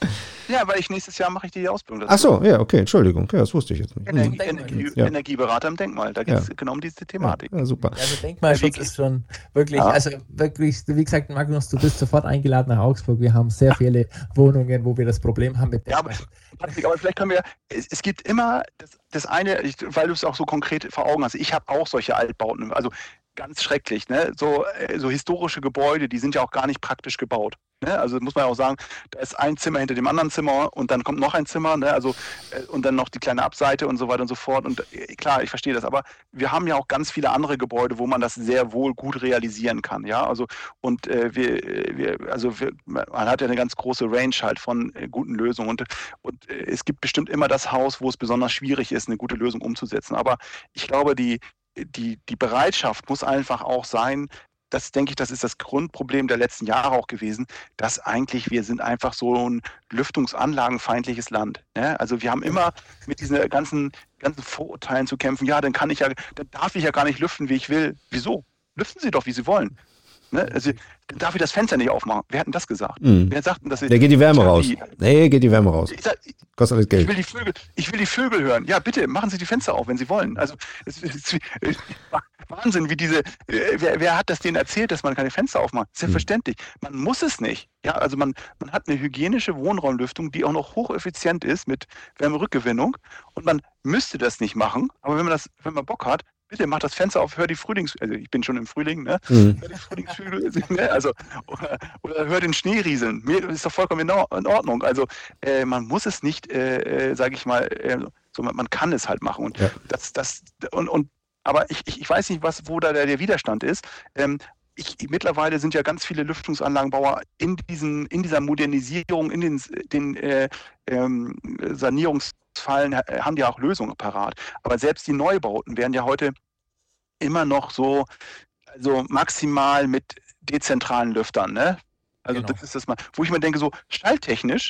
ja, weil ich nächstes Jahr mache ich die Ausbildung dazu. Ach so, ja, okay, Entschuldigung, ja, das wusste ich jetzt nicht. Energie, Mhm. Energie, Ja. Energieberater im Denkmal, da geht es Ja. genau um diese Ja, Thematik. ja, super. Also Denkmalschutz ist schon wirklich, Ja. also wirklich, wie gesagt, Magnus, du bist sofort eingeladen nach Augsburg. Wir haben sehr viele Wohnungen, wo wir das Problem haben mit Ja, aber, Denkmalschutz. Patrick, aber vielleicht können wir, es, es gibt immer das, das eine, ich, weil du es auch so konkret vor Augen hast, ich habe auch solche Altbauten, also ganz schrecklich, ne? So, äh, so historische Gebäude, die sind ja auch gar nicht praktisch gebaut. Ne? Also muss man ja auch sagen, da ist ein Zimmer hinter dem anderen Zimmer und dann kommt noch ein Zimmer, ne? Also äh, und dann noch die kleine Abseite und so weiter und so fort. Und äh, klar, ich verstehe das, aber wir haben ja auch ganz viele andere Gebäude, wo man das sehr wohl gut realisieren kann, ja. Also und äh, wir, wir, also wir, man hat ja eine ganz große Range halt von äh, guten Lösungen und, und äh, es gibt bestimmt immer das Haus, wo es besonders schwierig ist, eine gute Lösung umzusetzen. Aber ich glaube, die Die, die Bereitschaft muss einfach auch sein, das denke ich, das ist das Grundproblem der letzten Jahre auch gewesen, dass eigentlich wir sind einfach so ein lüftungsanlagenfeindliches Land. Ne? Also wir haben immer mit diesen ganzen, ganzen Vorurteilen zu kämpfen, ja, dann kann ich ja, dann darf ich ja gar nicht lüften, wie ich will. Wieso? Lüften Sie doch, wie Sie wollen. Ne? Also, dann darf ich das Fenster nicht aufmachen. Wer hat denn das gesagt? Mhm. Wer sagt denn, dass ich, Da geht die Wärme raus. Die, Nee, geht die Wärme raus. ich sag, Kostet alles ich Geld. will die Vögel, ich will die Vögel hören. Ja, bitte, machen Sie die Fenster auf, wenn Sie wollen. Also es ist äh, Wahnsinn, wie diese, äh, wer, wer hat das denen erzählt, dass man keine Fenster aufmacht? Selbstverständlich. Man muss es nicht. Ja, also man, man hat eine hygienische Wohnraumlüftung, die auch noch hocheffizient ist mit Wärmerückgewinnung und man müsste das nicht machen, aber wenn man das, wenn man Bock hat, bitte mach das Fenster auf, hör die Frühlings... Also ich bin schon im Frühling, ne? Mhm. Hör die Frühlingsvögel, ne? Also, oder, oder hör den Schnee rieseln. Mir ist doch vollkommen in Ordnung. Also äh, man muss es nicht, äh, sage ich mal, äh, so, man, man kann es halt machen. Und Ja. das, das, und, und aber ich, ich, ich weiß nicht, was, wo da der, der Widerstand ist. Ähm, ich, mittlerweile sind ja ganz viele Lüftungsanlagenbauer in, diesen, in dieser Modernisierung, in den, den äh, ähm, Sanierungsfallen, äh, haben die auch Lösungen parat. Aber selbst die Neubauten werden ja heute immer noch so, also maximal mit dezentralen Lüftern, ne? Also Genau. das ist das mal, wo ich mir denke, so schalltechnisch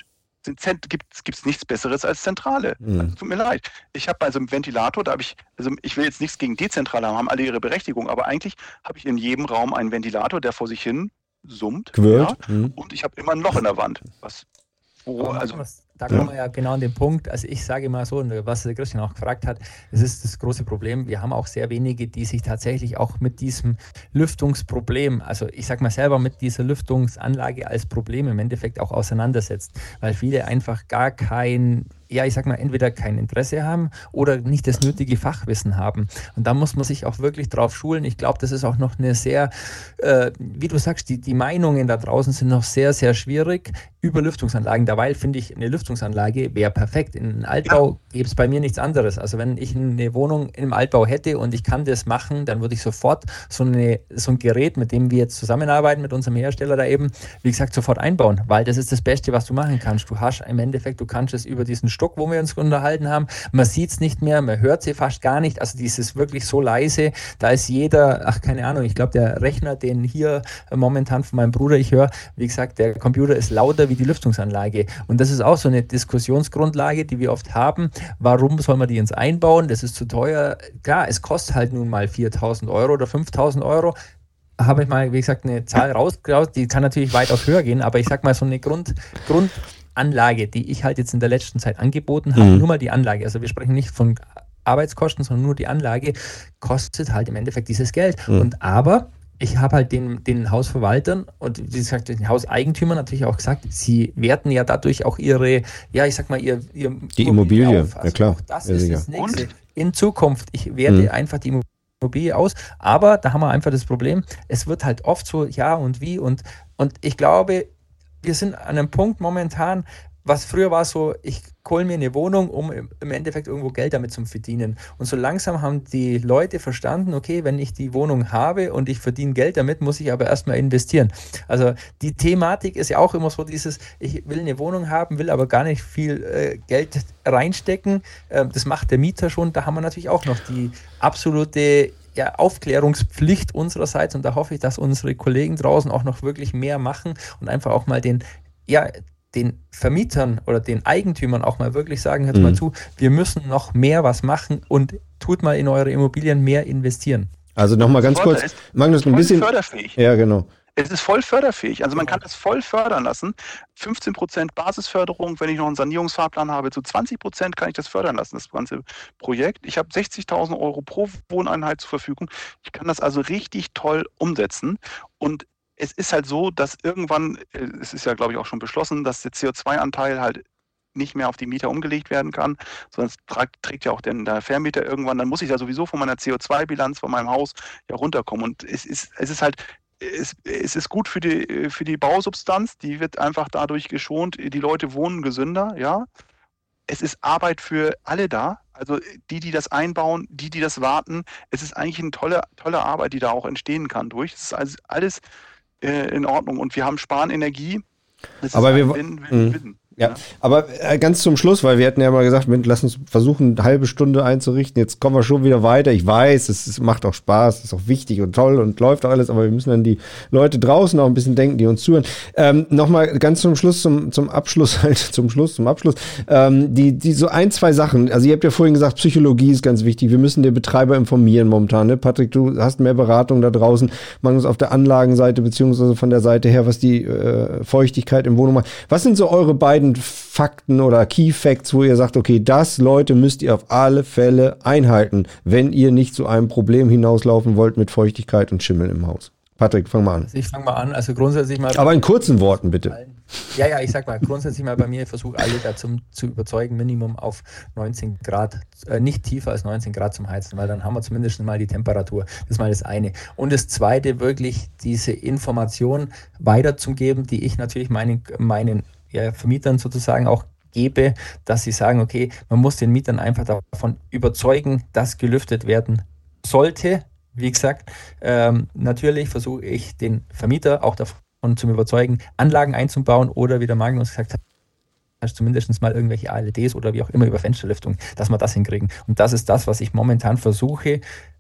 gibt es nichts Besseres als Zentrale. Mhm. Also, tut mir leid. Ich habe bei so einem Ventilator, da habe ich, also ich will jetzt nichts gegen Dezentrale haben, haben alle ihre Berechtigung, aber eigentlich habe ich in jedem Raum einen Ventilator, der vor sich hin summt. Ja, mhm. Und ich habe immer ein Loch in der Wand. Was, wo, also, da kommen wir ja genau an den Punkt, also ich sage mal so, was der Christian auch gefragt hat, es ist das große Problem, wir haben auch sehr wenige, die sich tatsächlich auch mit diesem Lüftungsproblem, also ich sage mal selber mit dieser Lüftungsanlage als Problem im Endeffekt auch auseinandersetzt, weil viele einfach gar kein, ja ich sag mal, entweder kein Interesse haben oder nicht das nötige Fachwissen haben. Und da muss man sich auch wirklich drauf schulen. Ich glaube, das ist auch noch eine sehr, äh, wie du sagst, die, die Meinungen da draußen sind noch sehr, sehr schwierig über Lüftungsanlagen. Dabei finde ich, eine Lüftungsanlage wäre perfekt. In einem Altbau gäbe es bei mir nichts anderes. Also wenn ich eine Wohnung im Altbau hätte und ich kann das machen, dann würde ich sofort so, eine, so ein Gerät, mit dem wir jetzt zusammenarbeiten, mit unserem Hersteller da eben, wie gesagt, sofort einbauen, weil das ist das Beste, was du machen kannst. Du hast im Endeffekt, du kannst es über diesen Stock, wo wir uns unterhalten haben, man sieht es nicht mehr, man hört sie fast gar nicht, also dieses wirklich so leise, da ist jeder, ach keine Ahnung, ich glaube der Rechner, den hier momentan von meinem Bruder ich höre, wie gesagt, der Computer ist lauter wie die Lüftungsanlage und das ist auch so eine Diskussionsgrundlage, die wir oft haben, warum soll man die ins einbauen, das ist zu teuer, klar, es kostet halt nun mal viertausend Euro oder fünftausend Euro, habe ich mal, wie gesagt, eine Zahl rausgehauen, die kann natürlich weitaus höher gehen, aber ich sag mal so eine Grund, Grund Anlage, die ich halt jetzt in der letzten Zeit angeboten habe, mhm. nur mal die Anlage, also wir sprechen nicht von Arbeitskosten, sondern nur die Anlage, kostet halt im Endeffekt dieses Geld. Mhm. Und aber ich habe halt den, den Hausverwaltern und wie gesagt, den Hauseigentümern natürlich auch gesagt, sie werten ja dadurch auch ihre, ja ich sag mal, ihr, ihr die Immobilie, auf. Also ja klar. Auch das ja, ist sicher. das Nächste. In Zukunft, ich werte mhm. einfach die Immobilie aus, aber da haben wir einfach das Problem, es wird halt oft so, ja und wie und, und ich glaube, wir sind an einem Punkt momentan, was früher war so, ich hole mir eine Wohnung, um im Endeffekt irgendwo Geld damit zu verdienen. Und so langsam haben die Leute verstanden, okay, wenn ich die Wohnung habe und ich verdiene Geld damit, muss ich aber erstmal investieren. Also die Thematik ist ja auch immer so dieses, ich will eine Wohnung haben, will aber gar nicht viel äh, Geld reinstecken. Ähm, das macht der Mieter schon. Da haben wir natürlich auch noch die absolute ja, Aufklärungspflicht unsererseits und da hoffe ich, dass unsere Kollegen draußen auch noch wirklich mehr machen und einfach auch mal den, ja, den Vermietern oder den Eigentümern auch mal wirklich sagen, hört mhm. mal zu, wir müssen noch mehr was machen und tut mal in eure Immobilien mehr investieren. Also nochmal ganz kurz, Magnus, ein bisschen förderfähig. Ja, genau. Es ist voll förderfähig. Also man kann das voll fördern lassen. fünfzehn Prozent Basisförderung, wenn ich noch einen Sanierungsfahrplan habe, zu zwanzig Prozent kann ich das fördern lassen, das ganze Projekt. Ich habe sechzigtausend Euro pro Wohneinheit zur Verfügung. Ich kann das also richtig toll umsetzen. Und es ist halt so, dass irgendwann, es ist ja glaube ich auch schon beschlossen, dass der C O zwei Anteil halt nicht mehr auf die Mieter umgelegt werden kann, sondern es trägt, trägt ja auch den, der Vermieter irgendwann. Dann muss ich ja sowieso von meiner C O zwei Bilanz von meinem Haus ja runterkommen. Und es ist, es ist halt Es, es ist gut für die, für die Bausubstanz, die wird einfach dadurch geschont, die Leute wohnen gesünder, ja. Es ist Arbeit für alle da, also die, die das einbauen, die, die das warten. Es ist eigentlich eine tolle, tolle Arbeit, die da auch entstehen kann durch. Es ist also alles äh, in Ordnung und wir haben Sparen Energie. Das Aber ist wir Win, Win, Win. Ja, aber äh, ganz zum Schluss, weil wir hatten ja mal gesagt, lass uns versuchen, eine halbe Stunde einzurichten. Jetzt kommen wir schon wieder weiter. Ich weiß, es, es macht auch Spaß, es ist auch wichtig und toll und läuft auch alles, aber wir müssen an die Leute draußen auch ein bisschen denken, die uns zuhören. Ähm, Nochmal ganz zum Schluss, zum, zum Abschluss, halt zum Schluss, zum Abschluss. Ähm, die, die so ein, zwei Sachen. Also ihr habt ja vorhin gesagt, Psychologie ist ganz wichtig. Wir müssen den Betreiber informieren momentan. Ne? Patrick, du hast mehr Beratung da draußen. Magnus auf der Anlagenseite, beziehungsweise von der Seite her, was die äh, Feuchtigkeit im Wohnung macht. Was sind so eure beiden Fakten oder Key Facts, wo ihr sagt, okay, das, Leute, müsst ihr auf alle Fälle einhalten, wenn ihr nicht zu einem Problem hinauslaufen wollt mit Feuchtigkeit und Schimmel im Haus? Patrick, fang mal an. Also ich fange mal an, also grundsätzlich mal... Aber in kurzen Worten, bitte. Ja, ja, ich sag mal, grundsätzlich mal bei mir, ich versuche alle dazu zu überzeugen, Minimum auf neunzehn Grad, äh, nicht tiefer als neunzehn Grad zum Heizen, weil dann haben wir zumindest mal die Temperatur. Das ist mal das eine. Und das zweite, wirklich diese Information weiterzugeben, die ich natürlich meinen, meinen ja, Vermietern sozusagen auch gebe, dass sie sagen, okay, man muss den Mietern einfach davon überzeugen, dass gelüftet werden sollte. Wie gesagt, ähm, natürlich versuche ich den Vermieter auch davon zu überzeugen, Anlagen einzubauen oder wie der Magnus gesagt hat, hast zumindest mal irgendwelche A L E Ds oder wie auch immer über Fensterlüftung, dass wir das hinkriegen. Und das ist das, was ich momentan versuche,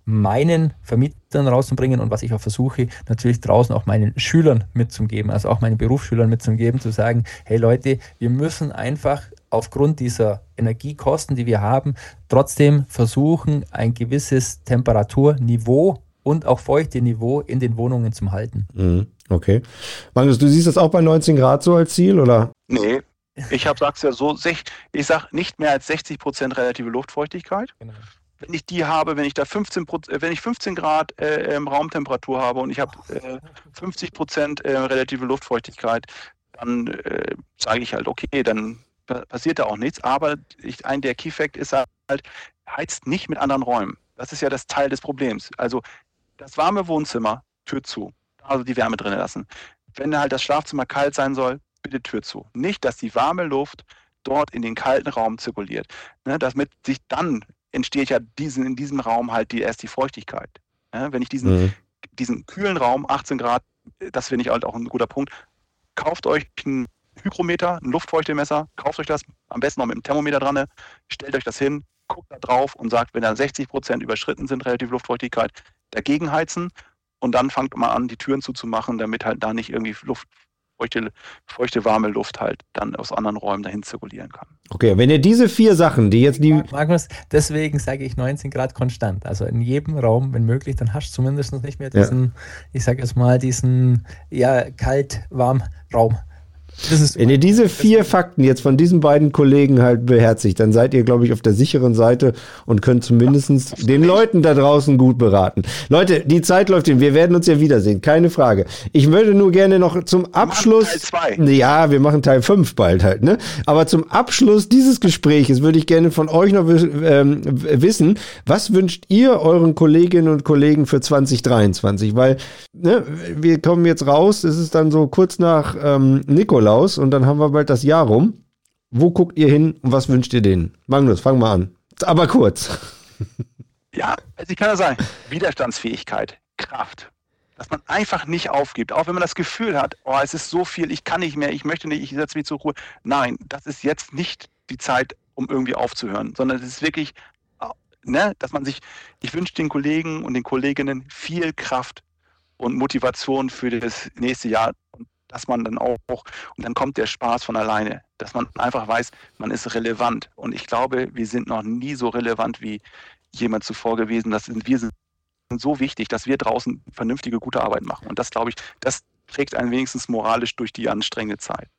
meinen Vermietern rauszubringen und was ich auch versuche, natürlich draußen auch meinen Schülern mitzugeben, also auch meinen Berufsschülern mitzugeben, zu sagen, hey Leute, wir müssen einfach aufgrund dieser Energiekosten, die wir haben, trotzdem versuchen, ein gewisses Temperaturniveau und auch Feuchteniveau in den Wohnungen zu halten. Mhm. Okay. Magnus, du siehst das auch bei neunzehn Grad so als Ziel, oder? Nee, ich habe sag's ja so, ich sag nicht mehr als sechzig Prozent relative Luftfeuchtigkeit. Genau. Wenn ich die habe, wenn ich da fünfzehn Prozent, wenn ich fünfzehn Grad äh, Raumtemperatur habe und ich habe äh, fünfzig Prozent äh, relative Luftfeuchtigkeit, dann äh, sage ich halt, okay, dann passiert da auch nichts. Aber ich, ein der Key Fact ist halt, heizt nicht mit anderen Räumen. Das ist ja das Teil des Problems. Also das warme Wohnzimmer, Tür zu, also die Wärme drin lassen. Wenn halt das Schlafzimmer kalt sein soll, bitte Tür zu. Nicht, dass die warme Luft dort in den kalten Raum zirkuliert. Ne, damit sich dann entsteht ja diesen, in diesem Raum halt die, erst die Feuchtigkeit. Ne, wenn ich diesen, mhm. diesen kühlen Raum, achtzehn Grad, das finde ich halt auch ein guter Punkt, kauft euch ein Hygrometer, ein Luftfeuchtemesser, kauft euch das, am besten noch mit einem Thermometer dran, stellt euch das hin, guckt da drauf und sagt, wenn da sechzig Prozent überschritten sind, relative Luftfeuchtigkeit, dagegen heizen und dann fangt mal an, die Türen zuzumachen, damit halt da nicht irgendwie Luft, feuchte, feuchte, warme Luft halt dann aus anderen Räumen dahin zirkulieren kann. Okay, wenn ihr diese vier Sachen, die jetzt die... Magnus, deswegen sage ich neunzehn Grad konstant, also in jedem Raum, wenn möglich, dann hast du zumindest nicht mehr diesen, ja. ich sage jetzt mal, diesen ja, kalt-warm-Raum. Das ist Wenn ihr diese vier Fakten jetzt von diesen beiden Kollegen halt beherzigt, dann seid ihr, glaube ich, auf der sicheren Seite und könnt zumindest den Leuten da draußen gut beraten. Leute, die Zeit läuft hin. Wir werden uns ja wiedersehen, keine Frage. Ich würde nur gerne noch zum Abschluss... Teil zwei. Ja, wir machen Teil fünf bald halt, ne? Aber zum Abschluss dieses Gespräches würde ich gerne von euch noch ähm, wissen, was wünscht ihr euren Kolleginnen und Kollegen für zwanzig dreiundzwanzig? Weil, ne, wir kommen jetzt raus, es ist dann so kurz nach ähm, Nikolaus. Und dann haben wir bald das Jahr rum. Wo guckt ihr hin und was wünscht ihr denen? Magnus, fang mal an. Aber kurz. Ja, also ich kann ja sagen, Widerstandsfähigkeit, Kraft. Dass man einfach nicht aufgibt. Auch wenn man das Gefühl hat, oh, es ist so viel, ich kann nicht mehr, ich möchte nicht, ich setze mich zur Ruhe. Nein, das ist jetzt nicht die Zeit, um irgendwie aufzuhören, sondern es ist wirklich, ne, dass man sich, ich wünsche den Kollegen und den Kolleginnen viel Kraft und Motivation für das nächste Jahr. Und dass man dann auch, und dann kommt der Spaß von alleine, dass man einfach weiß, man ist relevant. Und ich glaube, wir sind noch nie so relevant wie jemand zuvor gewesen. Das sind, wir sind so wichtig, dass wir draußen vernünftige, gute Arbeit machen. Und das, glaube ich, das trägt einen wenigstens moralisch durch die anstrengende Zeit.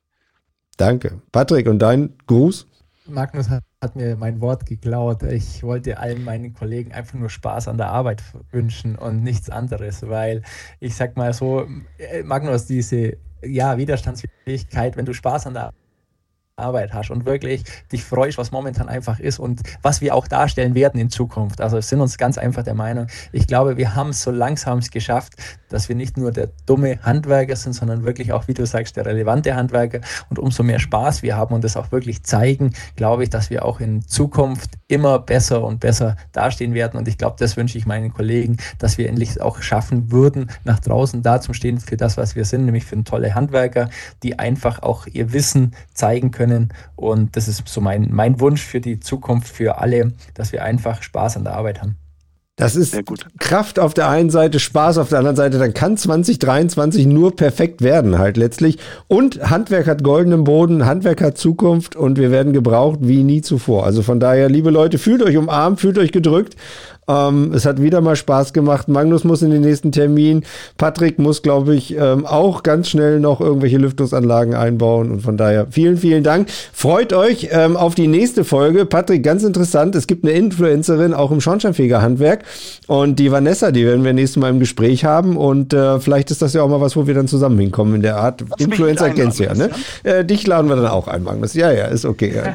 Danke. Patrick, und dein Gruß? Magnus hat, hat mir mein Wort geklaut. Ich wollte allen meinen Kollegen einfach nur Spaß an der Arbeit wünschen und nichts anderes, weil ich sag mal so, Magnus, diese ja, Widerstandsfähigkeit, wenn du Spaß an der Arbeit hast und wirklich dich freust, was momentan einfach ist und was wir auch darstellen werden in Zukunft. Also wir sind uns ganz einfach der Meinung, ich glaube, wir haben es so langsam geschafft, dass wir nicht nur der dumme Handwerker sind, sondern wirklich auch, wie du sagst, der relevante Handwerker. Und umso mehr Spaß wir haben und das auch wirklich zeigen, glaube ich, dass wir auch in Zukunft immer besser und besser dastehen werden. Und ich glaube, das wünsche ich meinen Kollegen, dass wir endlich auch schaffen würden, nach draußen da zu stehen für das, was wir sind, nämlich für tolle Handwerker, die einfach auch ihr Wissen zeigen können. Und das ist so mein, mein Wunsch für die Zukunft, für alle, dass wir einfach Spaß an der Arbeit haben. Das ist Kraft auf der einen Seite, Spaß auf der anderen Seite. Dann kann zwanzig dreiundzwanzig nur perfekt werden halt letztlich. Und Handwerk hat goldenen Boden, Handwerk hat Zukunft und wir werden gebraucht wie nie zuvor. Also von daher, liebe Leute, fühlt euch umarmt, fühlt euch gedrückt. Ähm, es hat wieder mal Spaß gemacht. Magnus muss in den nächsten Termin. Patrick muss, glaube ich, ähm, auch ganz schnell noch irgendwelche Lüftungsanlagen einbauen. Und von daher vielen, vielen Dank. Freut euch ähm, auf die nächste Folge. Patrick, ganz interessant. Es gibt eine Influencerin auch im Schornsteinfegerhandwerk. Und die Vanessa, die werden wir nächstes Mal im Gespräch haben. Und äh, vielleicht ist das ja auch mal was, wo wir dann zusammen hinkommen in der Art. Was Influencer kennst du ja, ne? Ja? Äh, dich laden wir dann auch ein, Magnus. Ja, ja, ist okay. Ja.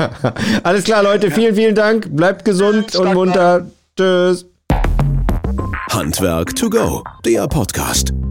Alles klar, Leute. Vielen, vielen Dank. Bleibt gesund ja, und munter. Tschüss. Handwerk to go, der Podcast.